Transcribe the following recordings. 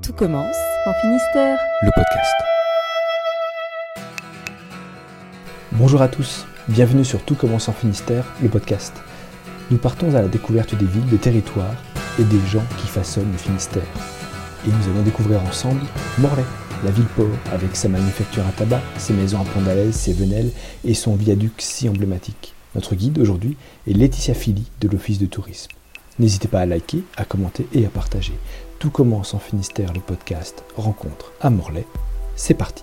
Tout commence en Finistère. Le podcast. Bonjour à tous, bienvenue sur Tout commence en Finistère, le podcast. Nous partons à la découverte des villes, des territoires et des gens qui façonnent le Finistère. Et nous allons découvrir ensemble Morlaix, la ville-port, avec sa manufacture à tabac, ses maisons à pont d'Alès, ses venelles et son viaduc si emblématique. Notre guide aujourd'hui est Laetitia Philly de l'Office de tourisme. N'hésitez pas à liker, à commenter et à partager. Tout commence en Finistère, le podcast Rencontre à Morlaix. C'est parti.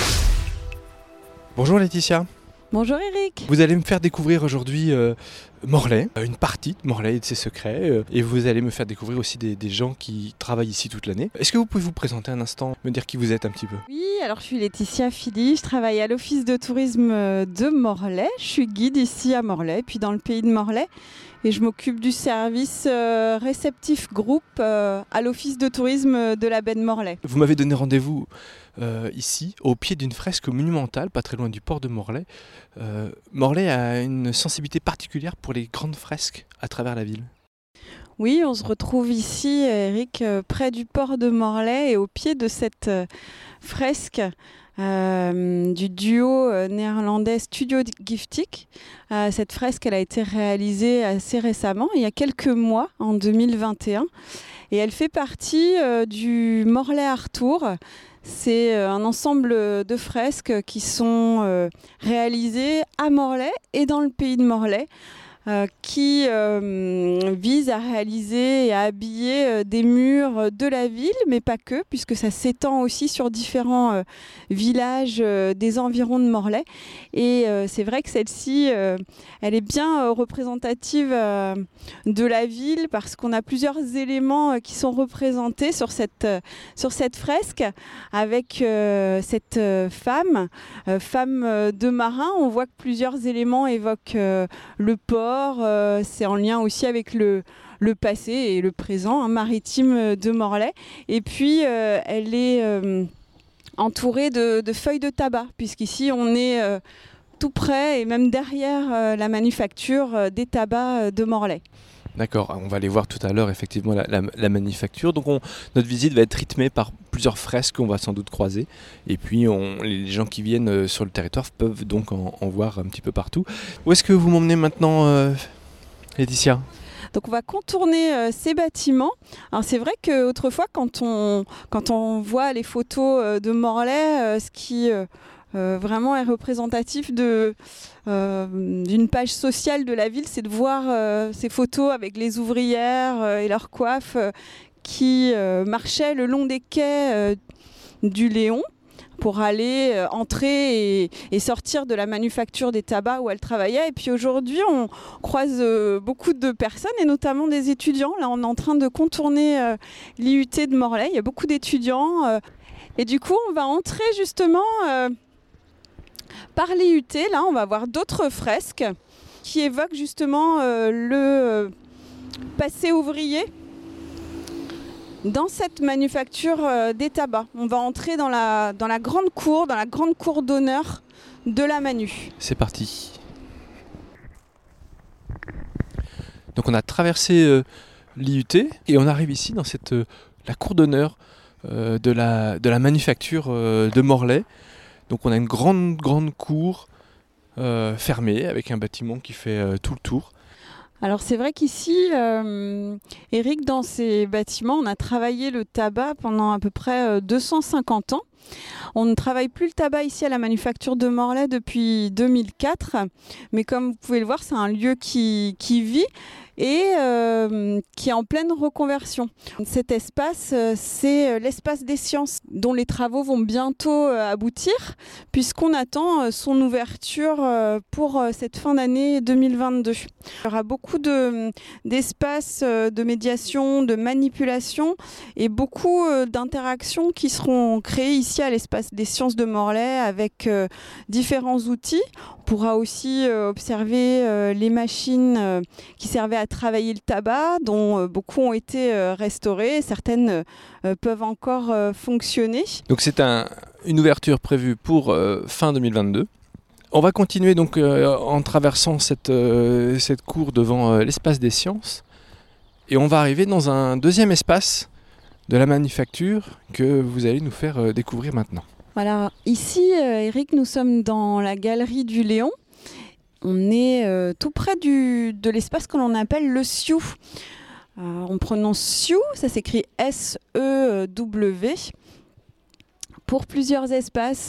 Bonjour Laetitia. Bonjour Eric. Vous allez me faire découvrir aujourd'hui Morlaix, une partie de Morlaix et de ses secrets, et vous allez me faire découvrir aussi des gens qui travaillent ici toute l'année. Est-ce que vous pouvez vous présenter un instant, me dire qui vous êtes un petit peu ? Oui, alors je suis Laetitia Philly, je travaille à l'Office de tourisme de Morlaix. Je suis guide ici à Morlaix, puis dans le pays de Morlaix. Et je m'occupe du service réceptif groupe à l'Office de tourisme de la baie de Morlaix. Vous m'avez donné rendez-vous ici, au pied d'une fresque monumentale, pas très loin du port de Morlaix. Morlaix a une sensibilité particulière pour les grandes fresques à travers la ville. Oui, on se retrouve ici, Eric, près du port de Morlaix et au pied de cette fresque du duo néerlandais Studio Giftig. Cette fresque, elle a été réalisée assez récemment, il y a quelques mois, en 2021. Et elle fait partie du Morlaix Art Tour. C'est un ensemble de fresques qui sont réalisées à Morlaix et dans le pays de Morlaix, qui vise à réaliser et à habiller des murs de la ville, mais pas que, puisque ça s'étend aussi sur différents villages des environs de Morlaix. Et c'est vrai que celle-ci, elle est bien représentative de la ville, parce qu'on a plusieurs éléments qui sont représentés sur cette fresque, avec cette femme de marin. On voit que plusieurs éléments évoquent le port. C'est en lien aussi avec le passé et le présent maritime de Morlaix. Et puis, elle est entourée de feuilles de tabac, puisqu'ici, on est tout près et même derrière la manufacture des tabacs de Morlaix. D'accord, on va aller voir tout à l'heure effectivement la manufacture. Donc notre visite va être rythmée par plusieurs fresques qu'on va sans doute croiser. Et puis les gens qui viennent sur le territoire peuvent donc en voir un petit peu partout. Où est-ce que vous m'emmenez maintenant, Laetitia ? Donc on va contourner ces bâtiments. Alors c'est vrai qu'autrefois, quand on voit les photos de Morlaix, ce qui vraiment est représentatif d'une page sociale de la ville, c'est de voir ces photos avec les ouvrières et leurs coiffes qui marchaient le long des quais du Léon pour aller entrer et sortir de la manufacture des tabacs où elles travaillaient. Et puis aujourd'hui, on croise beaucoup de personnes, et notamment des étudiants. Là, on est en train de contourner l'IUT de Morlaix. Il y a beaucoup d'étudiants. Et du coup, on va entrer justement par l'IUT. Là, on va voir d'autres fresques qui évoquent justement le passé ouvrier dans cette manufacture des tabacs. On va entrer dans la grande cour d'honneur de la Manu. C'est parti. Donc on a traversé l'IUT et on arrive ici dans la cour d'honneur de la manufacture de Morlaix. Donc on a une grande cour fermée avec un bâtiment qui fait tout le tour. Alors c'est vrai qu'ici, Eric, dans ces bâtiments, on a travaillé le tabac pendant à peu près 250 ans. On ne travaille plus le tabac ici à la manufacture de Morlaix depuis 2004, mais comme vous pouvez le voir, c'est un lieu qui vit et qui est en pleine reconversion. Cet espace, c'est l'espace des sciences, dont les travaux vont bientôt aboutir, puisqu'on attend son ouverture pour cette fin d'année 2022. Il y aura beaucoup d'espaces de médiation, de manipulation et beaucoup d'interactions qui seront créées ici à l'espace des sciences de Morlaix avec différents outils. On pourra aussi observer les machines qui servaient à travailler le tabac, dont beaucoup ont été restaurées. Certaines peuvent encore fonctionner. Donc c'est une ouverture prévue pour fin 2022. On va continuer donc en traversant cette cour devant l'espace des sciences. Et on va arriver dans un deuxième espace de la manufacture que vous allez nous faire découvrir maintenant. Voilà, ici, Eric, nous sommes dans la galerie du Léon. On est tout près de l'espace que l'on appelle le Sioux. On prononce Sioux, ça s'écrit S-E-W. Pour plusieurs espaces,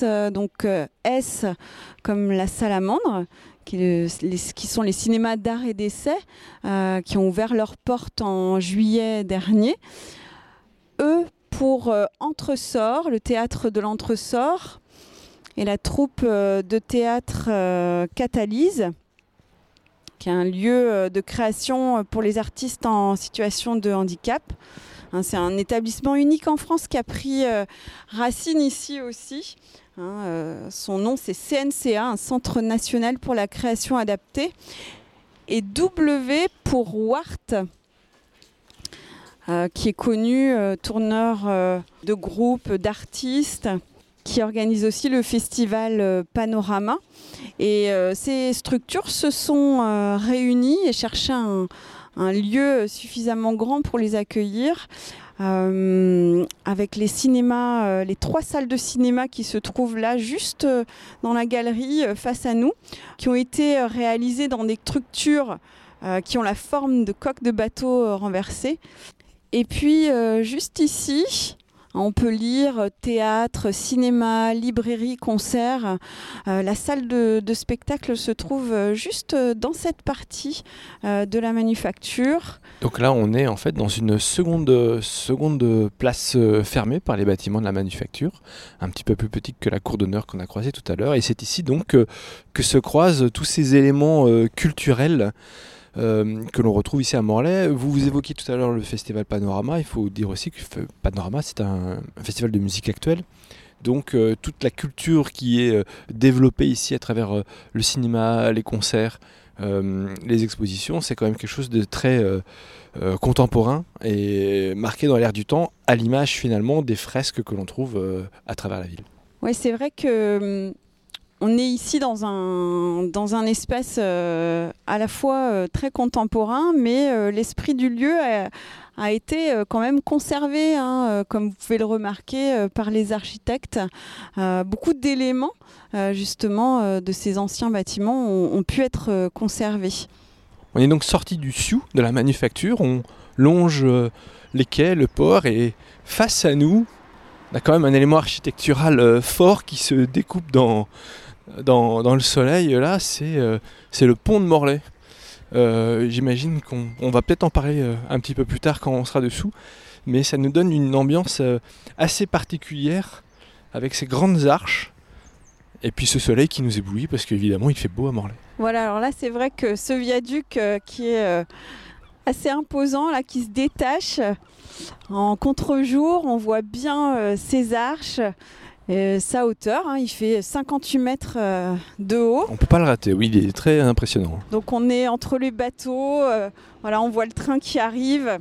S comme la Salamandre, qui sont les cinémas d'art et d'essai, qui ont ouvert leurs portes en juillet dernier. E pour Entresort, le théâtre de l'Entresort, et la troupe de théâtre Catalyse, qui est un lieu de création pour les artistes en situation de handicap. C'est un établissement unique en France qui a pris racine ici aussi. Son nom, c'est CNCA, un Centre national pour la création adaptée. Et W pour Wart, qui est connu, tourneur de groupes, d'artistes, qui organise aussi le festival Panorama. Et ces structures se sont réunies et cherchaient un lieu suffisamment grand pour les accueillir, avec les cinémas, les 3 salles de cinéma qui se trouvent là, juste dans la galerie face à nous, qui ont été réalisées dans des structures qui ont la forme de coques de bateaux renversées. Et puis, juste ici, on peut lire théâtre, cinéma, librairie, concert. La salle de spectacle se trouve juste dans cette partie de la manufacture. Donc là, on est en fait dans une seconde place fermée par les bâtiments de la manufacture, un petit peu plus petite que la cour d'honneur qu'on a croisée tout à l'heure. Et c'est ici donc que se croisent tous ces éléments culturels que l'on retrouve ici à Morlaix. Vous évoquiez tout à l'heure le festival Panorama. Il faut dire aussi que Panorama, c'est un festival de musique actuelle. Donc toute la culture qui est développée ici à travers le cinéma, les concerts, les expositions, c'est quand même quelque chose de très contemporain et marqué dans l'air du temps, à l'image finalement des fresques que l'on trouve à travers la ville. Oui, c'est vrai que on est ici dans un espace à la fois très contemporain, mais l'esprit du lieu a été quand même conservé, comme vous pouvez le remarquer, par les architectes. Beaucoup d'éléments, justement, de ces anciens bâtiments ont pu être conservés. On est donc sorti du Sioux, de la manufacture, on longe les quais, le port, et face à nous, on a quand même un élément architectural fort qui se découpe dans le soleil. Là, c'est le pont de Morlaix. J'imagine qu'on va peut-être en parler un petit peu plus tard quand on sera dessous, mais ça nous donne une ambiance assez particulière avec ces grandes arches et puis ce soleil qui nous éblouit parce qu'évidemment il fait beau à Morlaix. Voilà, alors là c'est vrai que ce viaduc qui est assez imposant, là, qui se détache en contre-jour, on voit bien ces arches. Sa hauteur, il fait 58 mètres de haut. On ne peut pas le rater, oui, il est très impressionnant. Donc on est entre les bateaux, voilà, on voit le train qui arrive.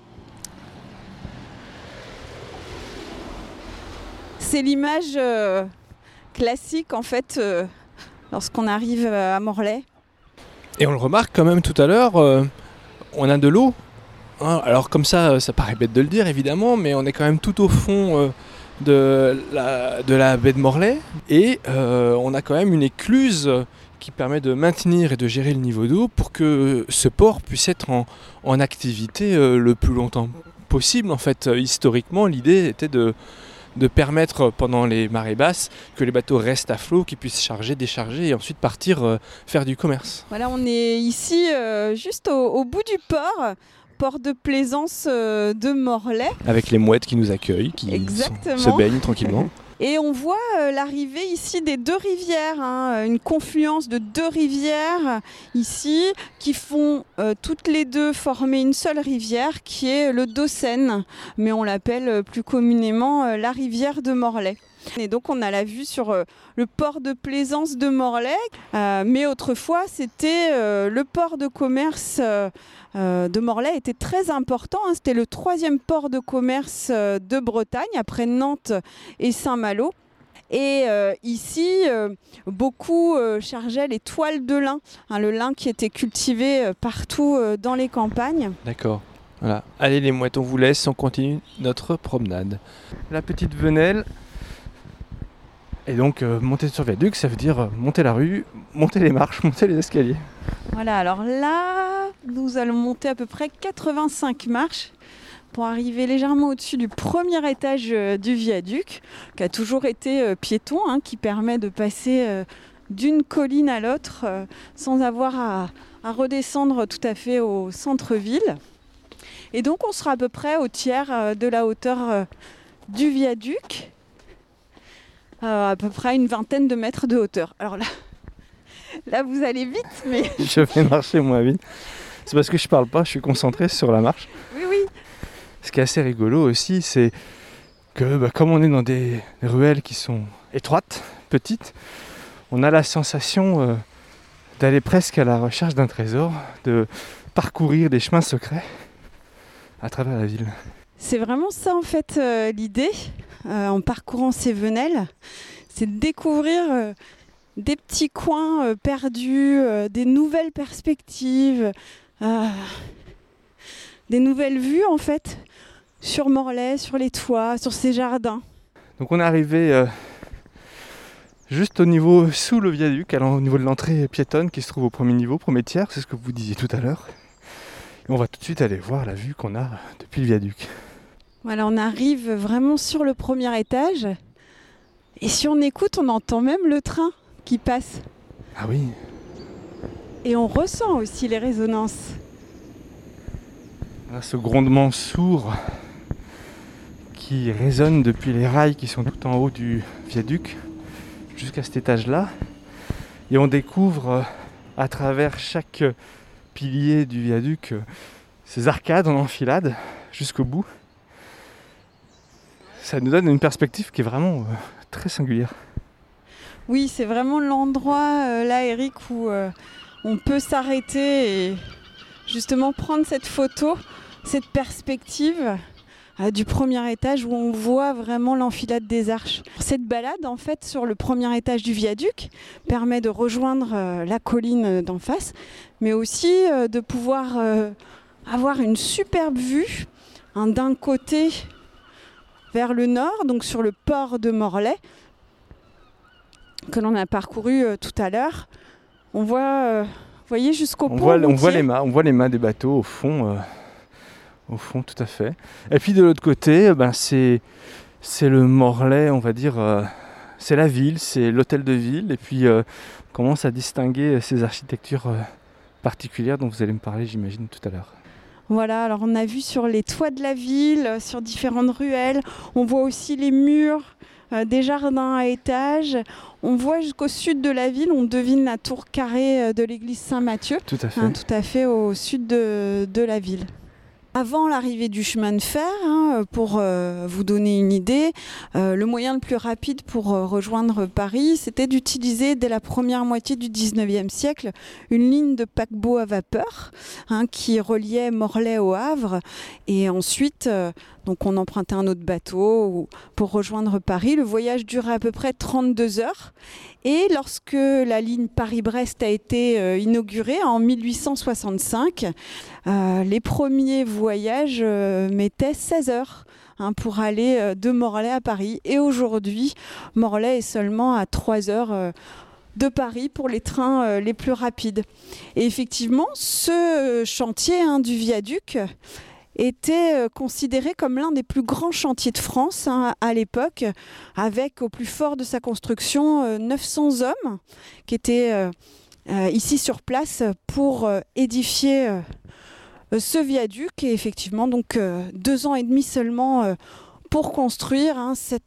C'est l'image classique en fait lorsqu'on arrive à Morlaix. Et on le remarque quand même tout à l'heure, on a de l'eau. Alors comme ça paraît bête de le dire évidemment, mais on est quand même tout au fond de la baie de Morlaix et on a quand même une écluse qui permet de maintenir et de gérer le niveau d'eau pour que ce port puisse être en activité le plus longtemps possible. En fait, historiquement, l'idée était de permettre pendant les marées basses que les bateaux restent à flot, qu'ils puissent charger, décharger et ensuite partir faire du commerce. Voilà, on est ici juste au bout du port de plaisance de Morlaix. Avec les mouettes qui nous accueillent, qui se baignent tranquillement. Et on voit l'arrivée ici des 2 rivières, une confluence de 2 rivières ici qui font toutes les 2 former une seule rivière qui est le Dossène, mais on l'appelle plus communément la rivière de Morlaix. Et donc on a la vue sur le port de plaisance de Morlaix, mais autrefois c'était le port de commerce de Morlaix était très important. C'était le 3e port de commerce de Bretagne après Nantes et Saint-Malo. Et ici, beaucoup chargeaient les toiles de lin, le lin qui était cultivé partout dans les campagnes. D'accord. Voilà, allez les mouettes, on vous laisse, on continue notre promenade. La petite Venelle. Et donc monter sur le viaduc, ça veut dire monter la rue, monter les marches, monter les escaliers. Voilà, alors là, nous allons monter à peu près 85 marches pour arriver légèrement au-dessus du premier étage du viaduc, qui a toujours été piéton, qui permet de passer d'une colline à l'autre sans avoir à redescendre tout à fait au centre-ville. Et donc on sera à peu près au tiers de la hauteur du viaduc, à peu près une vingtaine de mètres de hauteur. Alors là vous allez vite, mais... Je vais marcher moins vite. C'est parce que je parle pas, je suis concentré sur la marche. Oui. Ce qui est assez rigolo aussi, c'est que comme on est dans des ruelles qui sont étroites, petites, on a la sensation d'aller presque à la recherche d'un trésor, de parcourir des chemins secrets à travers la ville. C'est vraiment ça en fait l'idée, en parcourant ces venelles, c'est de découvrir des petits coins perdus, des nouvelles perspectives, des nouvelles vues en fait, sur Morlaix, sur les toits, sur ces jardins. Donc on est arrivé juste au niveau, sous le viaduc, alors au niveau de l'entrée piétonne qui se trouve au premier niveau, premier tiers, c'est ce que vous disiez tout à l'heure. Et on va tout de suite aller voir la vue qu'on a depuis le viaduc. Voilà, on arrive vraiment sur le premier étage. Et si on écoute, on entend même le train qui passe. Ah oui. Et on ressent aussi les résonances. Là, ce grondement sourd qui résonne depuis les rails qui sont tout en haut du viaduc jusqu'à cet étage-là. Et on découvre à travers chaque pilier du viaduc ces arcades en enfilade jusqu'au bout. Ça nous donne une perspective qui est vraiment très singulière. Oui, c'est vraiment l'endroit là, Eric, où on peut s'arrêter et justement prendre cette photo, cette perspective du premier étage où on voit vraiment l'enfilade des arches. Cette balade en fait sur le premier étage du viaduc permet de rejoindre la colline d'en face, mais aussi de pouvoir avoir une superbe vue d'un côté vers le nord, donc sur le port de Morlaix, que l'on a parcouru tout à l'heure. On voit, vous voyez, jusqu'au pont. On voit les mâts des bateaux au fond, tout à fait. Et puis de l'autre côté, c'est le Morlaix, on va dire, c'est la ville, c'est l'hôtel de ville, et puis on commence à distinguer ces architectures particulières dont vous allez me parler, j'imagine, tout à l'heure. Voilà, alors on a vu sur les toits de la ville, sur différentes ruelles, on voit aussi les murs des jardins à étages. On voit jusqu'au sud de la ville, on devine la tour carrée de l'église Saint-Mathieu. Tout à fait. Tout à fait au sud de la ville. Avant l'arrivée du chemin de fer, pour vous donner une idée, le moyen le plus rapide pour rejoindre Paris, c'était d'utiliser dès la première moitié du 19e siècle une ligne de paquebot à vapeur qui reliait Morlaix au Havre. Et ensuite, donc on empruntait un autre bateau pour rejoindre Paris. Le voyage durait à peu près 32 heures. Et lorsque la ligne Paris-Brest a été inaugurée en 1865, les premiers voyages mettaient 16 heures pour aller de Morlaix à Paris. Et aujourd'hui, Morlaix est seulement à 3 heures de Paris pour les trains les plus rapides. Et effectivement, ce chantier du viaduc était considéré comme l'un des plus grands chantiers de France à l'époque, avec au plus fort de sa construction 900 hommes qui étaient ici sur place pour édifier ce viaduc. Et effectivement, donc 2 ans et demi seulement pour construire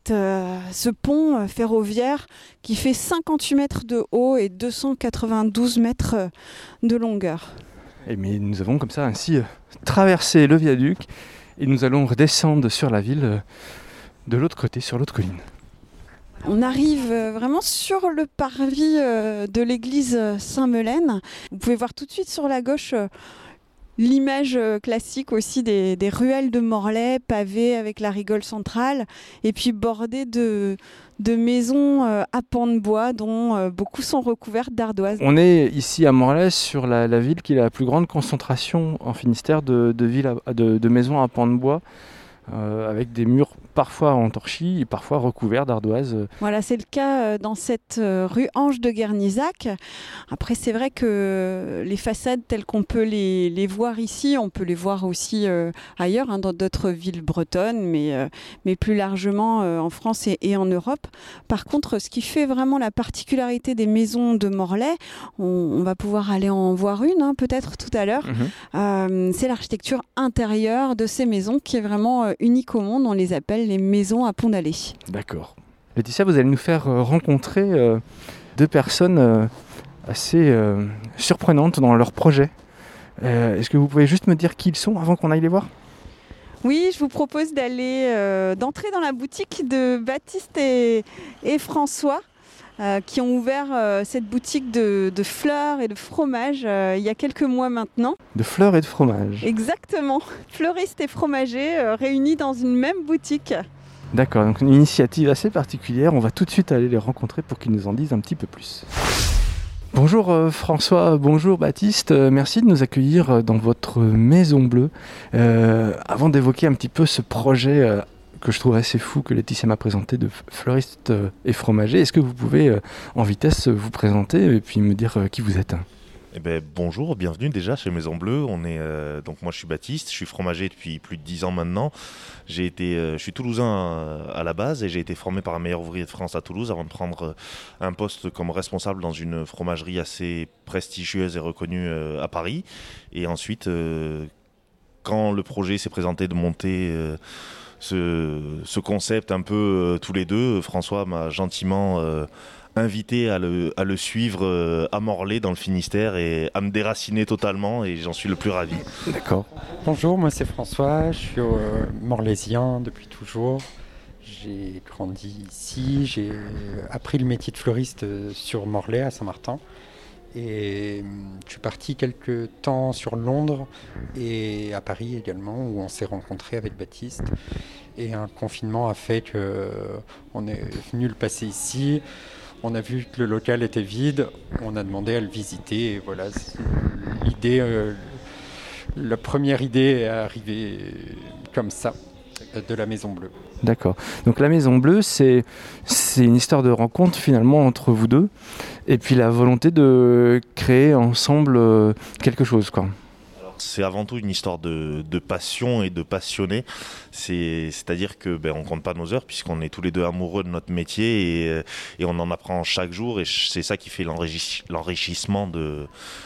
ce pont ferroviaire qui fait 58 mètres de haut et 292 mètres de longueur. Mais nous avons comme ça ainsi traversé le viaduc et nous allons redescendre sur la ville de l'autre côté, sur l'autre colline. On arrive vraiment sur le parvis de l'église Saint-Melaine. Vous pouvez voir tout de suite sur la gauche l'image classique aussi des ruelles de Morlaix, pavées avec la rigole centrale, et puis bordées de maisons à pans de bois, dont beaucoup sont recouvertes d'ardoises. On est ici à Morlaix, sur la ville qui a la plus grande concentration en Finistère de maisons à pans de bois, avec des murs parfois en torchis et parfois recouverts d'ardoises. Voilà, c'est le cas dans cette rue Ange de Guernisac. Après, c'est vrai que les façades telles qu'on peut les voir ici, on peut les voir aussi ailleurs, hein, dans d'autres villes bretonnes, mais plus largement en France et en Europe. Par contre, ce qui fait vraiment la particularité des maisons de Morlaix, on va pouvoir aller en voir une, hein, peut-être tout à l'heure, c'est l'architecture intérieure de ces maisons qui est vraiment unique au monde. On les appelle les maisons à pont d'allée. D'accord. Laetitia, vous allez nous faire rencontrer deux personnes assez surprenantes dans leur projet. Est-ce que vous pouvez juste me dire qui ils sont avant qu'on aille les voir ? Oui, je vous propose d'entrer dans la boutique de Baptiste et François, qui ont ouvert cette boutique de fleurs et de fromage il y a quelques mois maintenant. De fleurs et de fromage. Exactement, fleuristes et fromagers réunis dans une même boutique. D'accord, donc une initiative assez particulière. On va tout de suite aller les rencontrer pour qu'ils nous en disent un petit peu plus. Bonjour François, bonjour Baptiste, merci de nous accueillir dans votre Maison Bleue. Avant d'évoquer un petit peu ce projet que je trouve assez fou que Laetitia m'a présenté de fleuriste et fromager, est-ce que vous pouvez en vitesse vous présenter et puis me dire qui vous êtes ? Bonjour, bienvenue déjà chez Maison Bleue. Donc moi je suis Baptiste, je suis fromager depuis plus de 10 ans maintenant. Je suis toulousain à la base et j'ai été formé par un meilleur ouvrier de France à Toulouse avant de prendre un poste comme responsable dans une fromagerie assez prestigieuse et reconnue à Paris. Et ensuite, quand le projet s'est présenté de monter ce concept un peu tous les deux, François m'a gentiment invité à le suivre à Morlaix dans le Finistère et à me déraciner totalement, et j'en suis le plus ravi. D'accord. Bonjour, moi c'est François, je suis morlaisien depuis toujours. J'ai grandi ici, j'ai appris le métier de fleuriste sur Morlaix à Saint-Martin. Et je suis parti quelques temps sur Londres et à Paris également, où on s'est rencontrés avec Baptiste. Et un confinement a fait qu'on est venu le passer ici. On a vu que le local était vide, on a demandé à le visiter. Et voilà, l'idée, la première idée est arrivée comme ça, de la Maison Bleue. D'accord. Donc la Maison Bleue, c'est une histoire de rencontre finalement entre vous deux, et puis la volonté de créer ensemble quelque chose, quoi. C'est avant tout une histoire de passion et de passionnés. C'est-à-dire que on compte pas nos heures puisqu'on est tous les deux amoureux de notre métier et on en apprend chaque jour, et c'est ça qui fait l'enrichissement de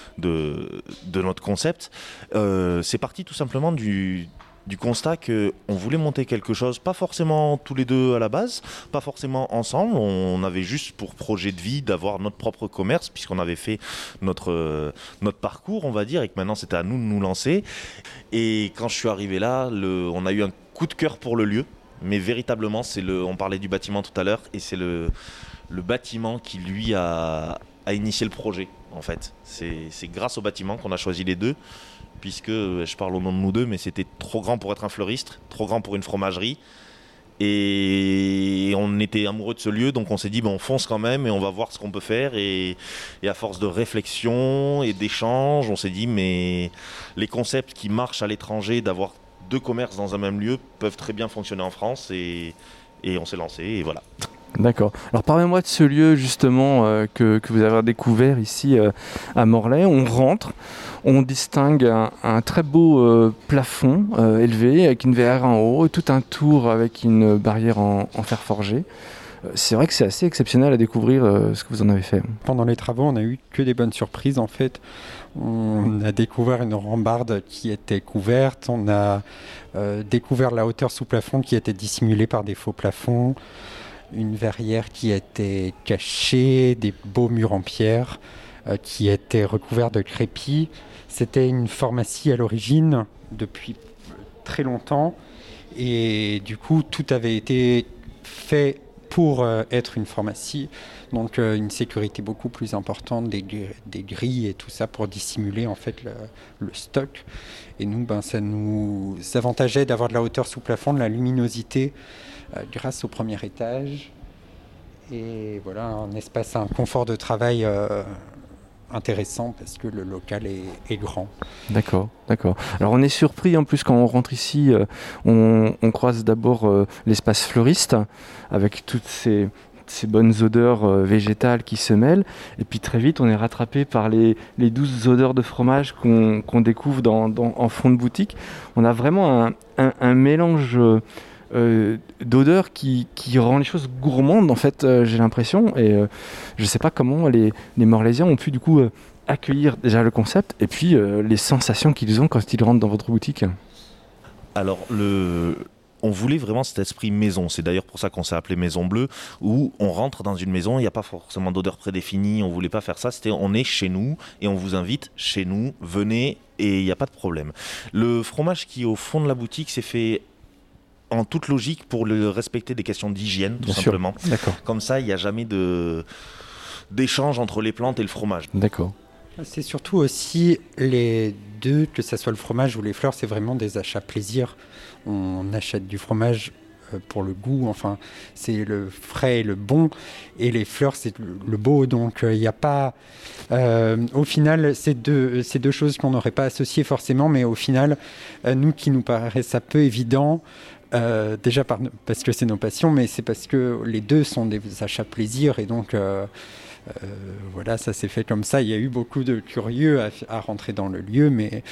notre concept. C'est parti tout simplement du constat qu'on voulait monter quelque chose, pas forcément tous les deux à la base, pas forcément ensemble. On avait juste pour projet de vie d'avoir notre propre commerce, puisqu'on avait fait notre parcours, on va dire, et que maintenant c'était à nous de nous lancer. Et quand je suis arrivé là, on a eu un coup de cœur pour le lieu, mais véritablement, on parlait du bâtiment tout à l'heure, et c'est le bâtiment qui, lui, a initié le projet, en fait. C'est grâce au bâtiment qu'on a choisi les deux, puisque je parle au nom de nous deux, mais c'était trop grand pour être un fleuriste, trop grand pour une fromagerie. Et on était amoureux de ce lieu, donc on s'est dit on fonce quand même et on va voir ce qu'on peut faire. Et à force de réflexion et d'échanges, on s'est dit mais les concepts qui marchent à l'étranger, d'avoir deux commerces dans un même lieu, peuvent très bien fonctionner en France. Et on s'est lancé et voilà. D'accord. Alors parlez-moi de ce lieu justement que vous avez découvert ici à Morlaix. On rentre, on distingue un très beau plafond élevé avec une VR en haut, tout un tour avec une barrière en fer forgé. C'est vrai que c'est assez exceptionnel à découvrir ce que vous en avez fait. Pendant les travaux, on n'a eu que des bonnes surprises en fait. On a découvert une rambarde qui était couverte, on a découvert la hauteur sous plafond qui était dissimulée par des faux plafonds, une verrière qui était cachée, des beaux murs en pierre qui étaient recouverts de crépi. C'était une pharmacie à l'origine depuis très longtemps et du coup tout avait été fait pour être une pharmacie, donc une sécurité beaucoup plus importante, des grilles et tout ça pour dissimuler en fait le stock. Et nous, ça nous avantageait d'avoir de la hauteur sous plafond, de la luminosité grâce au premier étage. Et voilà, un confort de travail intéressant parce que le local est grand. D'accord. Alors on est surpris en plus quand on rentre ici, on croise d'abord l'espace fleuriste avec toutes ces bonnes odeurs végétales qui se mêlent, et puis très vite on est rattrapé par les douces odeurs de fromage qu'on découvre en fond de boutique. On a vraiment un mélange d'odeurs qui rend les choses gourmandes en fait, j'ai l'impression, et je sais pas comment les Morlaisiens ont pu du coup accueillir déjà le concept et puis les sensations qu'ils ont quand ils rentrent dans votre boutique. Alors on voulait vraiment cet esprit maison, c'est d'ailleurs pour ça qu'on s'est appelé Maison Bleue, où on rentre dans une maison, il n'y a pas forcément d'odeur prédéfinie, on voulait pas faire ça, on est chez nous et on vous invite chez nous, venez et il n'y a pas de problème. Le fromage qui est au fond de la boutique s'est fait en toute logique pour respecter des questions d'hygiène, tout simplement. D'accord. Comme ça, il n'y a jamais d'échange entre les plantes et le fromage. D'accord. C'est surtout aussi les deux, que ce soit le fromage ou les fleurs, c'est vraiment des achats plaisir. On achète du fromage pour le goût, enfin, c'est le frais et le bon, et les fleurs, c'est le beau. Donc, il n'y a pas... au final, c'est deux choses qu'on n'aurait pas associées forcément, mais au final, nous qui nous paraissent ça peu évident, déjà parce que c'est nos passions, mais c'est parce que les deux sont des achats plaisir, et donc voilà, ça s'est fait comme ça. Il y a eu beaucoup de curieux à rentrer dans le lieu, mais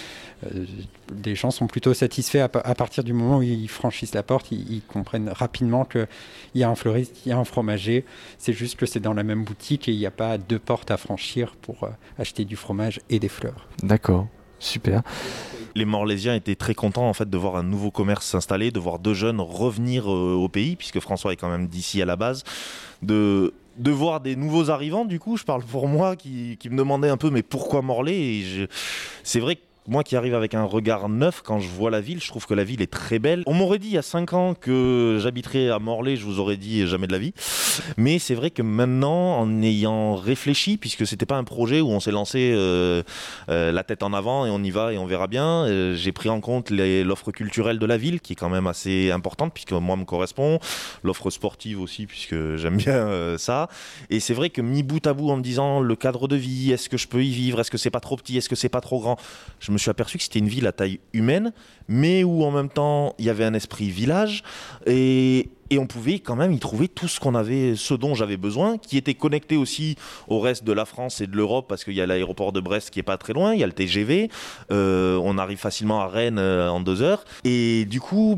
des gens sont plutôt satisfaits à partir du moment où ils franchissent la porte. Ils comprennent rapidement qu'il y a un fleuriste, il y a un fromager. C'est juste que c'est dans la même boutique et il n'y a pas deux portes à franchir pour acheter du fromage et des fleurs. D'accord, super. Les Morlaisiens étaient très contents en fait de voir un nouveau commerce s'installer, de voir deux jeunes revenir au pays, puisque François est quand même d'ici à la base, de voir des nouveaux arrivants. Du coup, je parle pour moi qui me demandais un peu mais pourquoi Morlaix, et c'est vrai que moi qui arrive avec un regard neuf, quand je vois la ville, je trouve que la ville est très belle. On m'aurait dit il y a 5 ans que j'habiterais à Morlaix, je vous aurais dit jamais de la vie. Mais c'est vrai que maintenant, en ayant réfléchi, puisque c'était pas un projet où on s'est lancé la tête en avant et on y va et on verra bien, j'ai pris en compte l'offre culturelle de la ville, qui est quand même assez importante, puisque moi me correspond, l'offre sportive aussi, puisque j'aime bien ça. Et c'est vrai que mis bout à bout en me disant le cadre de vie, est-ce que je peux y vivre, est-ce que c'est pas trop petit, est-ce que c'est pas trop grand, je me suis aperçu que c'était une ville à taille humaine, mais où en même temps il y avait un esprit village, et on pouvait quand même y trouver tout ce dont j'avais besoin, qui était connecté aussi au reste de la France et de l'Europe, parce qu'il y a l'aéroport de Brest qui est pas très loin, il y a le TGV, on arrive facilement à Rennes en 2 heures, et du coup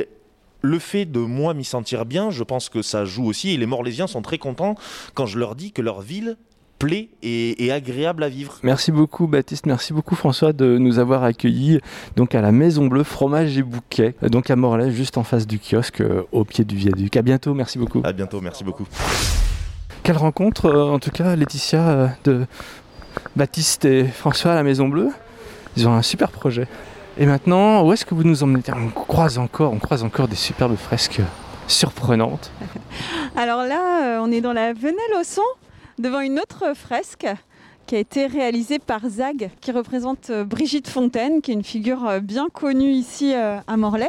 le fait de moi m'y sentir bien, je pense que ça joue aussi, et les Morlaisiens sont très contents quand je leur dis que leur ville plaît et agréable à vivre. Merci beaucoup Baptiste, merci beaucoup François de nous avoir accueillis donc à la Maison Bleue Fromage et Bouquet, donc à Morlaix, juste en face du kiosque, au pied du viaduc. À bientôt, merci beaucoup. À bientôt, merci beaucoup. Quelle rencontre, en tout cas Laetitia, de Baptiste et François à la Maison Bleue. Ils ont un super projet. Et maintenant, où est-ce que vous nous emmenez ? On croise encore des superbes fresques surprenantes. Alors là, on est dans la Venelle-aux-Sons, devant une autre fresque qui a été réalisée par Zag, qui représente Brigitte Fontaine, qui est une figure bien connue ici à Morlaix.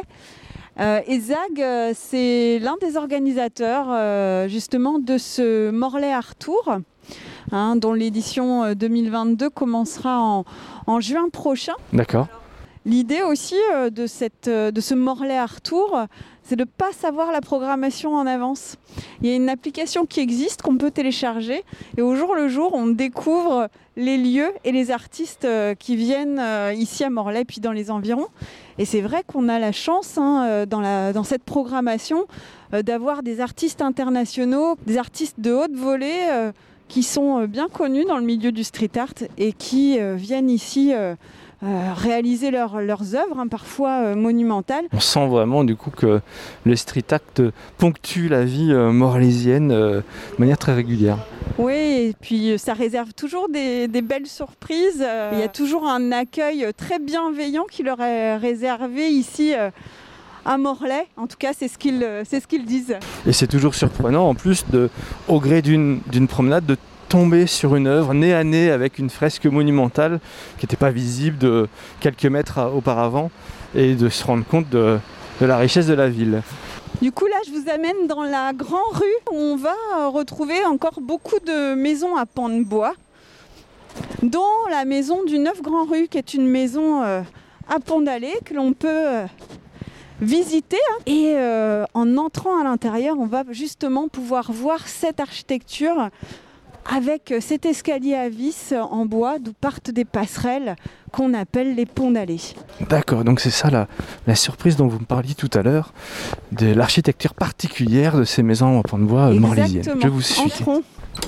Et Zag, c'est l'un des organisateurs justement de ce Morlaix Art Tour, dont l'édition 2022 commencera en juin prochain. D'accord. L'idée aussi de ce Morlaix Art Tour, c'est de ne pas savoir la programmation en avance. Il y a une application qui existe, qu'on peut télécharger, et au jour le jour, on découvre les lieux et les artistes qui viennent ici à Morlaix, puis dans les environs. Et c'est vrai qu'on a la chance dans cette programmation d'avoir des artistes internationaux, des artistes de haute volée qui sont bien connus dans le milieu du street art et qui viennent ici réaliser leurs œuvres, parfois monumentales. On sent vraiment du coup que le street art ponctue la vie morlaisienne de manière très régulière. Oui, et puis ça réserve toujours des belles surprises. Il y a toujours un accueil très bienveillant qui leur est réservé ici à Morlaix. En tout cas, c'est ce qu'ils disent. Et c'est toujours surprenant, en plus, au gré d'une promenade, de tomber sur une œuvre nez à nez avec une fresque monumentale qui n'était pas visible de quelques mètres auparavant, et de se rendre compte de la richesse de la ville. Du coup, là, je vous amène dans la grande rue où on va retrouver encore beaucoup de maisons à pans de bois, dont la maison du 9 Grand Rue, qui est une maison à pans d'allée que l'on peut visiter. Et en entrant à l'intérieur, on va justement pouvoir voir cette architecture avec cet escalier à vis en bois d'où partent des passerelles qu'on appelle les ponts d'allée. D'accord, donc c'est ça la surprise dont vous me parliez tout à l'heure, de l'architecture particulière de ces maisons en pans de bois morlaisiennes. Je vous suis. Entrons.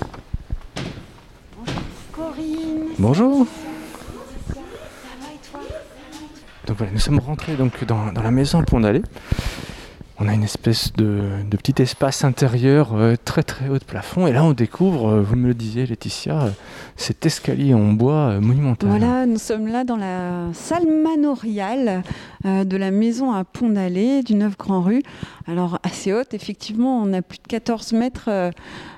Bonjour Corinne. Bonjour. Ça va et toi? Donc voilà, nous sommes rentrés donc dans la maison en pont d'allée. On a une espèce de petit espace intérieur très très haut de plafond. Et là, on découvre, vous me le disiez Laetitia, cet escalier en bois monumental. Voilà, nous sommes là dans la salle manoriale de la maison à pont d'allée du 9 Grand Rue. Alors assez haute, effectivement, on a plus de 14 mètres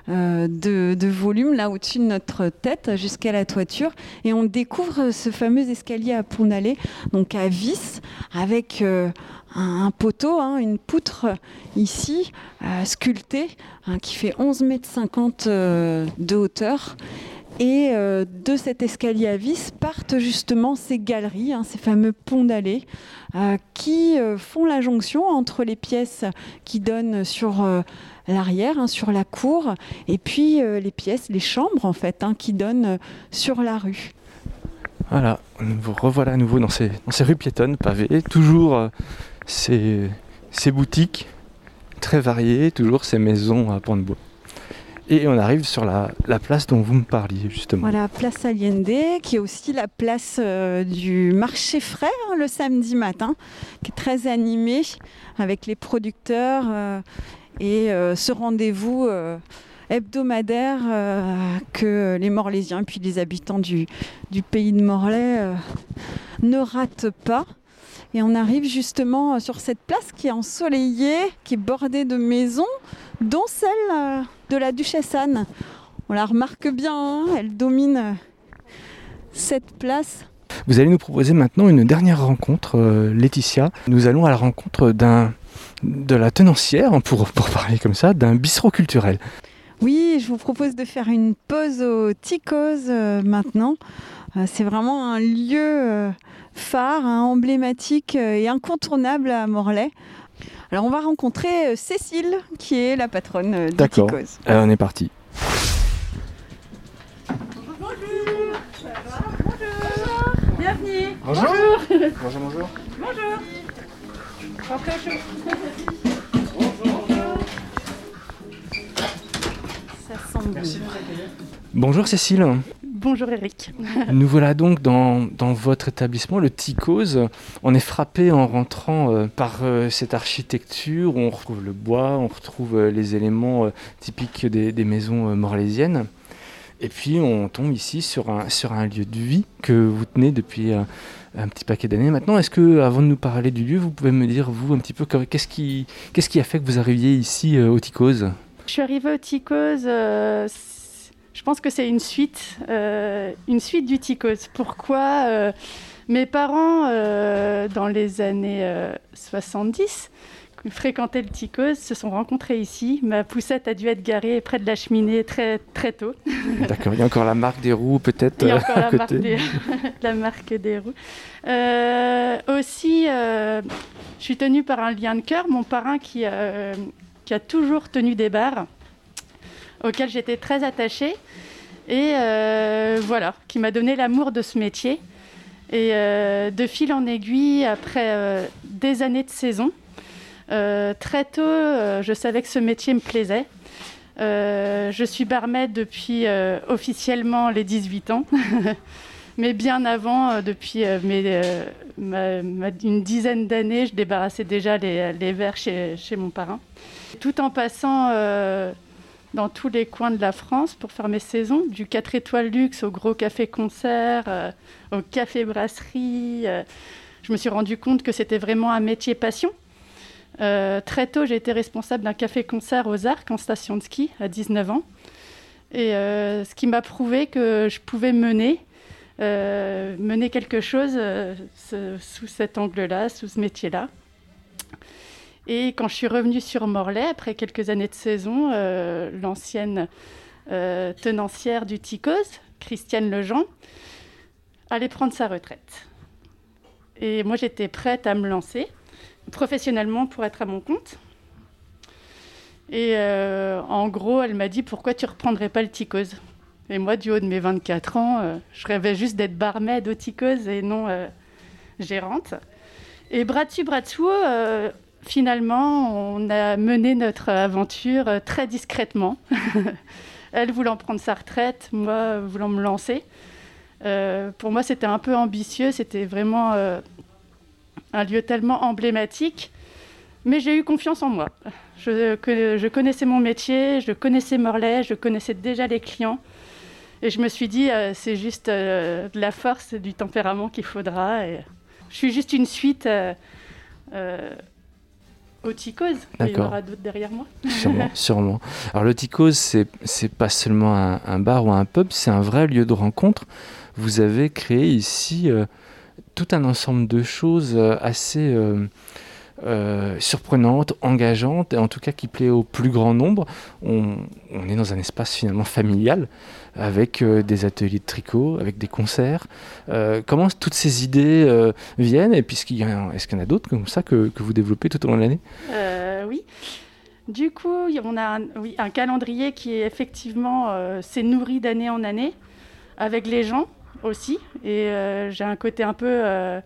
de volume là au-dessus de notre tête jusqu'à la toiture. Et on découvre ce fameux escalier à pont d'allée, donc à vis, avec un poteau, une poutre ici, sculptée, qui fait 11,50 m de hauteur. Et de cet escalier à vis partent justement ces galeries, ces fameux ponts d'allée, qui font la jonction entre les pièces qui donnent sur l'arrière, sur la cour, et puis les chambres en fait, qui donnent sur la rue. Voilà, nous revoilà à nouveau dans ces rues piétonnes pavées, toujours ces boutiques très variées, toujours ces maisons à pans de bois. Et on arrive sur la place dont vous me parliez justement. Voilà, place Allende, qui est aussi la place du marché frais le samedi matin, qui est très animée avec les producteurs et ce rendez-vous hebdomadaire que les Morlaisiens puis les habitants du pays de Morlaix ne ratent pas. Et on arrive justement sur cette place qui est ensoleillée, qui est bordée de maisons, dont celle de la Duchesse Anne. On la remarque bien, elle domine cette place. Vous allez nous proposer maintenant une dernière rencontre, Laetitia. Nous allons à la rencontre de la tenancière, pour parler comme ça, d'un bistrot culturel. Oui, je vous propose de faire une pause au Ticos maintenant. C'est vraiment un lieu phare, emblématique et incontournable à Morlaix. Alors on va rencontrer Cécile, qui est la patronne du D'accord. Ticos. On est parti. Bonjour. Ça va? Bonjour. Bienvenue. Bonjour. Bonjour. Bonjour. Rentrez chez vous. Ça sent bon. Merci de vous accueillir. Bonjour Cécile. Bonjour Eric. Nous voilà donc dans votre établissement, le Ticos. On est frappé en rentrant par cette architecture où on retrouve le bois, on retrouve les éléments typiques des maisons morlaisiennes. Et puis on tombe ici sur un lieu de vie que vous tenez depuis un petit paquet d'années maintenant. Est-ce que, avant de nous parler du lieu, vous pouvez me dire, vous, un petit peu, qu'est-ce qui a fait que vous arriviez ici au Ticos ? Je suis arrivée au Ticos, je pense que c'est une suite du Ticos. Pourquoi mes parents, dans les années 70, fréquentaient le Ticos, se sont rencontrés ici. Ma poussette a dû être garée près de la cheminée très, très tôt. D'accord, il y a encore la marque des roues peut-être. Il y a encore à côté. la marque des roues. Aussi, je suis tenue par un lien de cœur. Mon parrain qui a toujours tenu des bars, auquel j'étais très attachée, et voilà, qui m'a donné l'amour de ce métier. Et de fil en aiguille, après des années de saison, très tôt, je savais que ce métier me plaisait. Je suis barmaid depuis officiellement les 18 ans, mais bien avant, depuis une dizaine d'années, je débarrassais déjà les verres chez mon parrain. Tout en passant dans tous les coins de la France pour faire mes saisons, du 4 étoiles luxe au gros café-concert, au café-brasserie. Je me suis rendu compte que c'était vraiment un métier passion. Très tôt, j'ai été responsable d'un café-concert aux Arcs en station de ski à 19 ans. Et ce qui m'a prouvé que je pouvais mener quelque chose sous cet angle-là, sous ce métier-là. Et quand je suis revenue sur Morlaix, après quelques années de saison, l'ancienne tenancière du Ticos, Christiane Lejean, allait prendre sa retraite. Et moi, j'étais prête à me lancer professionnellement pour être à mon compte. Et en gros, elle m'a dit « Pourquoi tu ne reprendrais pas le Ticos ?» Et moi, du haut de mes 24 ans, je rêvais juste d'être barmaid au Ticos et non gérante. Et bras dessus, bras dessous, finalement, on a mené notre aventure très discrètement. Elle voulant prendre sa retraite, moi voulant me lancer. Pour moi, c'était un peu ambitieux. C'était vraiment un lieu tellement emblématique. Mais j'ai eu confiance en moi. Je connaissais mon métier, je connaissais Morlaix, je connaissais déjà les clients. Et je me suis dit, c'est juste de la force et du tempérament qu'il faudra. Et je suis juste une suite au Ticos. Il y en aura d'autres derrière moi. Sûrement. Alors le Ticos, c'est pas seulement un bar ou un pub, c'est un vrai lieu de rencontre. Vous avez créé ici tout un ensemble de choses assez surprenantes, engageantes, et en tout cas qui plaît au plus grand nombre. On est dans un espace finalement familial, avec des ateliers de tricot, avec des concerts. Comment toutes ces idées viennent, et puis est-ce qu'il y en a d'autres comme ça que vous développez tout au long de l'année ? Oui. Du coup, on a un calendrier qui est effectivement s'est nourri d'année en année, avec les gens aussi. Et j'ai un côté un peu,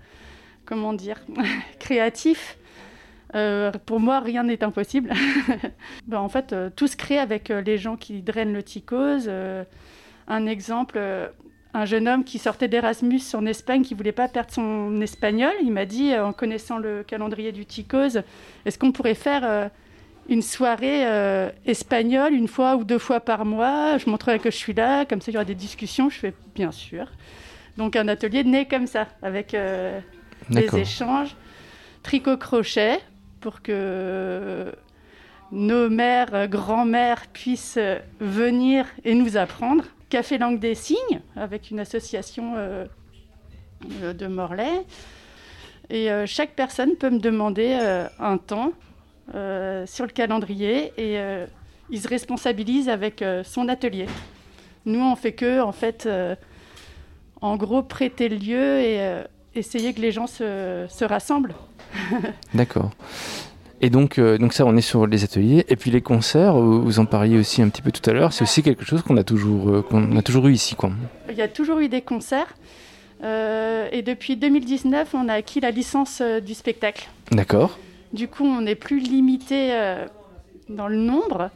créatif. Pour moi, rien n'est impossible. En fait, tout se crée avec les gens qui drainent le Ticos. Un exemple, un jeune homme qui sortait d'Erasmus en Espagne, qui ne voulait pas perdre son espagnol. Il m'a dit, en connaissant le calendrier du Ticos, est-ce qu'on pourrait faire une soirée espagnole 1 fois ou 2 fois par mois ? Je montrerai que je suis là, comme ça il y aura des discussions. Je fais bien sûr. Donc un atelier né comme ça, avec des échanges, tricot-crochet, pour que nos mères, grand-mères puissent venir et nous apprendre. Café Langue des Signes, avec une association de Morlaix. Et chaque personne peut me demander un temps sur le calendrier et il se responsabilise avec son atelier. Nous, on fait que, en fait, en gros, prêter le lieu et essayer que les gens se rassemblent. D'accord. Et donc ça, on est sur les ateliers. Et puis les concerts, vous en parliez aussi un petit peu tout à l'heure, c'est aussi quelque chose qu'on a toujours eu ici, quoi. Il y a toujours eu des concerts. Et depuis 2019, on a acquis la licence du spectacle. D'accord. Du coup, on n'est plus limité dans le nombre.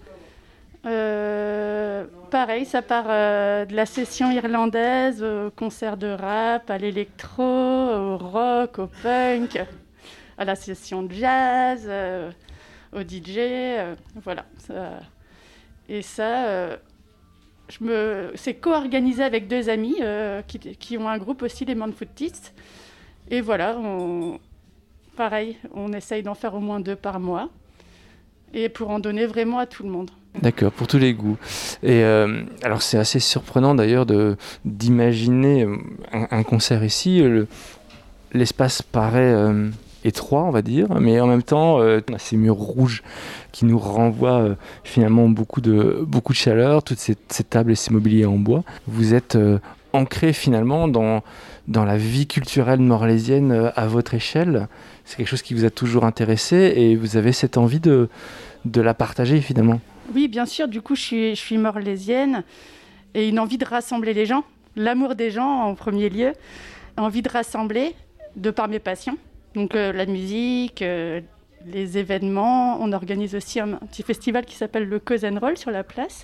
Pareil, ça part de la session irlandaise au concert de rap, à l'électro, au rock, au punk, à la session de jazz, au DJ, voilà. Et ça, c'est co-organisé avec 2 amis qui ont un groupe aussi, les Manfootistes. Et voilà, pareil, on essaye d'en faire au moins 2 par mois, et pour en donner vraiment à tout le monde. D'accord, pour tous les goûts. Et alors c'est assez surprenant d'ailleurs d'imaginer un concert ici. L'espace paraît étroit, on va dire, mais en même temps, on a ces murs rouges qui nous renvoient finalement beaucoup de chaleur, toutes ces tables et ces mobiliers en bois. Vous êtes ancré finalement dans la vie culturelle morlaisienne à votre échelle. C'est quelque chose qui vous a toujours intéressé et vous avez cette envie de la partager finalement. Oui, bien sûr. Du coup, je suis morlaisienne et une envie de rassembler les gens, l'amour des gens en premier lieu, envie de rassembler de par mes passions. Donc la musique, les événements. On organise aussi un petit festival qui s'appelle le Cause and Roll sur la place.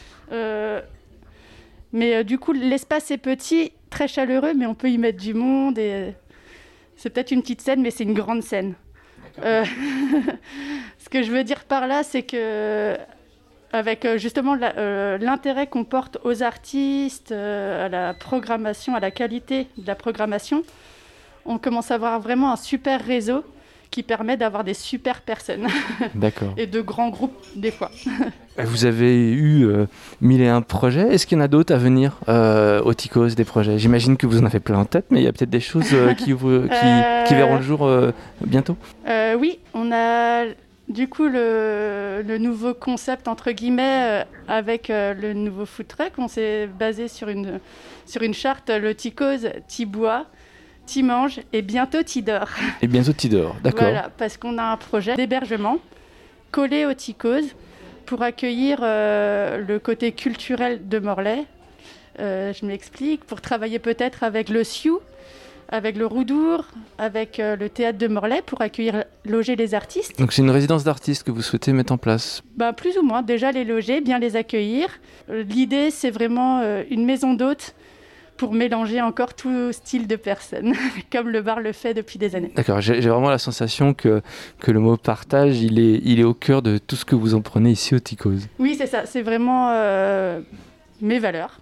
Mais du coup, l'espace est petit, très chaleureux, mais on peut y mettre du monde. Et c'est peut-être une petite scène, mais c'est une grande scène. Ce que je veux dire par là, c'est que avec justement l'intérêt qu'on porte aux artistes, à la programmation, à la qualité de la programmation, on commence à avoir vraiment un super réseau qui permet d'avoir des super personnes. D'accord. Et de grands groupes, des fois. Vous avez eu 1001 projets. Est-ce qu'il y en a d'autres à venir au Ticos, des projets? J'imagine que vous en avez plein en tête, mais il y a peut-être des choses qui verront le jour bientôt. Oui, on a du coup le nouveau concept, entre guillemets, avec le nouveau food truck. On s'est basé sur une charte, le Ticos, t'y bois, t'y manges et bientôt t'y dors. Et bientôt t'y dors, d'accord. Voilà, parce qu'on a un projet d'hébergement collé au Ticos pour accueillir le côté culturel de Morlaix. Je m'explique, pour travailler peut-être avec le Sioux, avec le Roudour, avec le théâtre de Morlaix, pour loger les artistes. Donc c'est une résidence d'artistes que vous souhaitez mettre en place? Plus ou moins, déjà les loger, bien les accueillir. L'idée, c'est vraiment une maison d'hôtes pour mélanger encore tout style de personnes, comme le bar le fait depuis des années. D'accord, j'ai vraiment la sensation que le mot partage, il est au cœur de tout ce que vous en prenez ici au Ticos. Oui, c'est ça, c'est vraiment mes valeurs.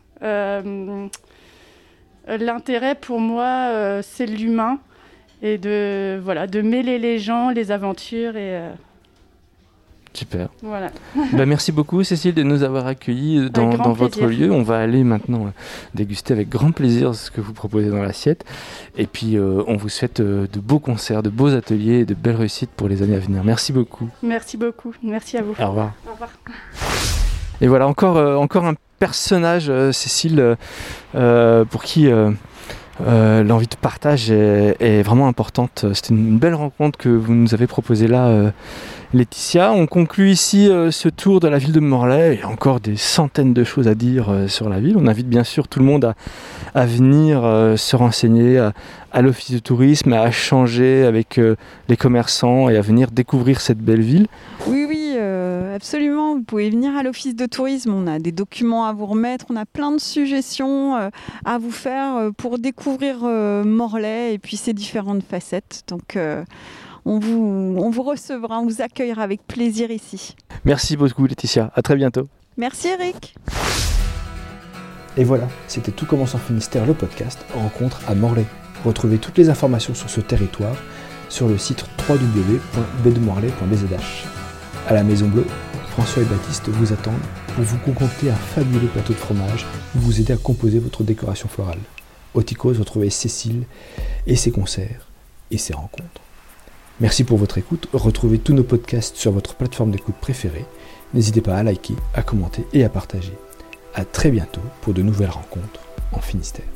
L'intérêt pour moi, c'est l'humain et de mêler les gens, les aventures et... Super. Voilà. Merci beaucoup Cécile de nous avoir accueillis dans votre lieu. On va aller maintenant déguster avec grand plaisir ce que vous proposez dans l'assiette. Et puis on vous souhaite de beaux concerts, de beaux ateliers et de belles réussites pour les années à venir. Merci beaucoup. Merci beaucoup. Merci à vous. Au revoir. Au revoir. Et voilà, encore un personnage, Cécile, pour qui l'envie de partage est vraiment importante. C'était une belle rencontre que vous nous avez proposée là, Laetitia. On conclut ici ce tour de la ville de Morlaix. Il y a encore des centaines de choses à dire sur la ville. On invite bien sûr tout le monde à venir se renseigner à l'office de tourisme, à échanger avec les commerçants et à venir découvrir cette belle ville. Oui, absolument. Vous pouvez venir à l'office de tourisme. On a des documents à vous remettre. On a plein de suggestions à vous faire pour découvrir Morlaix et puis ses différentes facettes. Donc, on vous recevra, on vous accueillera avec plaisir ici. Merci beaucoup Laetitia. À très bientôt. Merci Eric. Et voilà, c'était Tout commence en Finistère, le podcast Rencontre à Morlaix. Retrouvez toutes les informations sur ce territoire sur le site www.bdemorlaix.bzh. À la Maison Bleue, François et Baptiste vous attendent pour vous concocter un fabuleux plateau de fromage ou vous aider à composer votre décoration florale. Au Ticos, retrouvez Cécile et ses concerts et ses rencontres. Merci pour votre écoute. Retrouvez tous nos podcasts sur votre plateforme d'écoute préférée. N'hésitez pas à liker, à commenter et à partager. À très bientôt pour de nouvelles rencontres en Finistère.